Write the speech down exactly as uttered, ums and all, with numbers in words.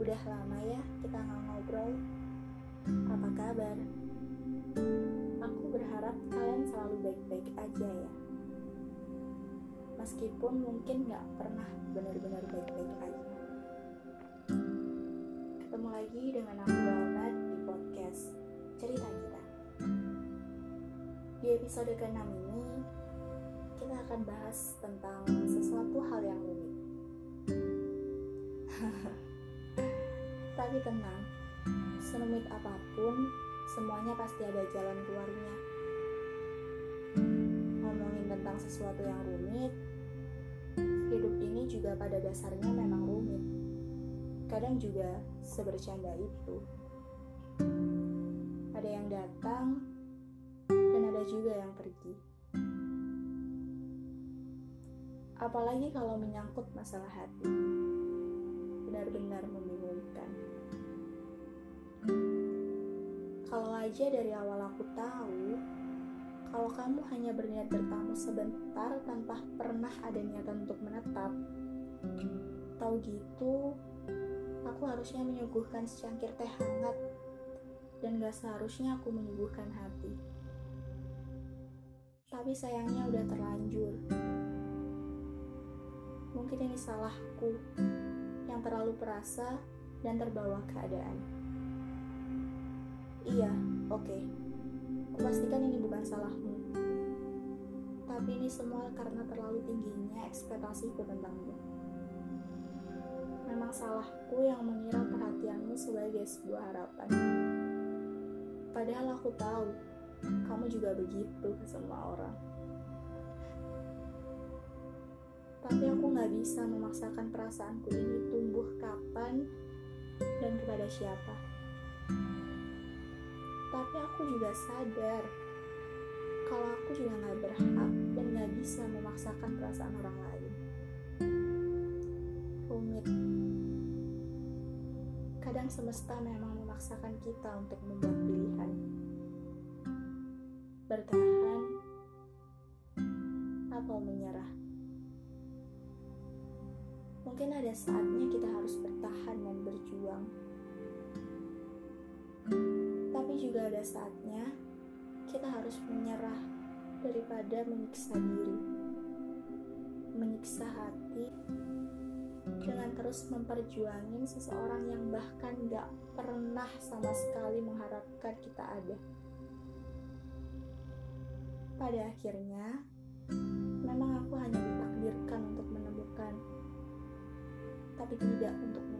Udah lama ya kita nggak ngobrol. Apa kabar? Aku berharap kalian selalu baik-baik aja ya. Meskipun mungkin nggak pernah benar-benar baik-baik aja. Ketemu lagi dengan aku Walnut di podcast Cerita Kita. Di episode keenam ini, kita akan bahas tentang sesuatu hal yang rumit. Tapi tenang, serumit apapun, semuanya pasti ada jalan keluarnya. Ngomongin tentang sesuatu yang rumit, hidup ini juga pada dasarnya memang rumit. Kadang juga sebercanda itu. Ada yang datang, dan ada juga yang pergi. Apalagi kalau menyangkut masalah hati. Benar-benar membingungkan. Kalau aja dari awal aku tahu kalau kamu hanya berniat bertamu sebentar tanpa pernah ada niatan untuk menetap, tahu gitu aku harusnya menyuguhkan secangkir teh hangat, dan gak seharusnya aku menyuguhkan hati. Tapi sayangnya udah terlanjur. Mungkin ini salahku yang terlalu perasa dan terbawa keadaan. Iya, oke. Okay. Kupastikan ini bukan salahmu. Tapi ini semua karena terlalu tingginya ekspektasiku tentangmu. Memang salahku yang mengira perhatianmu sebagai sebuah harapan. Padahal aku tahu, kamu juga begitu ke semua orang. Tapi aku gak bisa memaksakan perasaanku ini tumbuh kapan dan kepada siapa. Tapi aku juga sadar kalau aku juga gak berhak dan gak bisa memaksakan perasaan orang lain. Rumit. Kadang semesta memang memaksakan kita untuk membuat pilihan. Bertahan atau menyerah. Mungkin ada saatnya kita harus bertahan dan berjuang. Tapi juga ada saatnya kita harus menyerah daripada menyiksa diri, menyiksa hati dengan terus memperjuangin seseorang yang bahkan gak pernah sama sekali mengharapkan kita ada. Pada akhirnya, memang aku hanya ditakdirkan untuk menemukan, tapi tidak untuk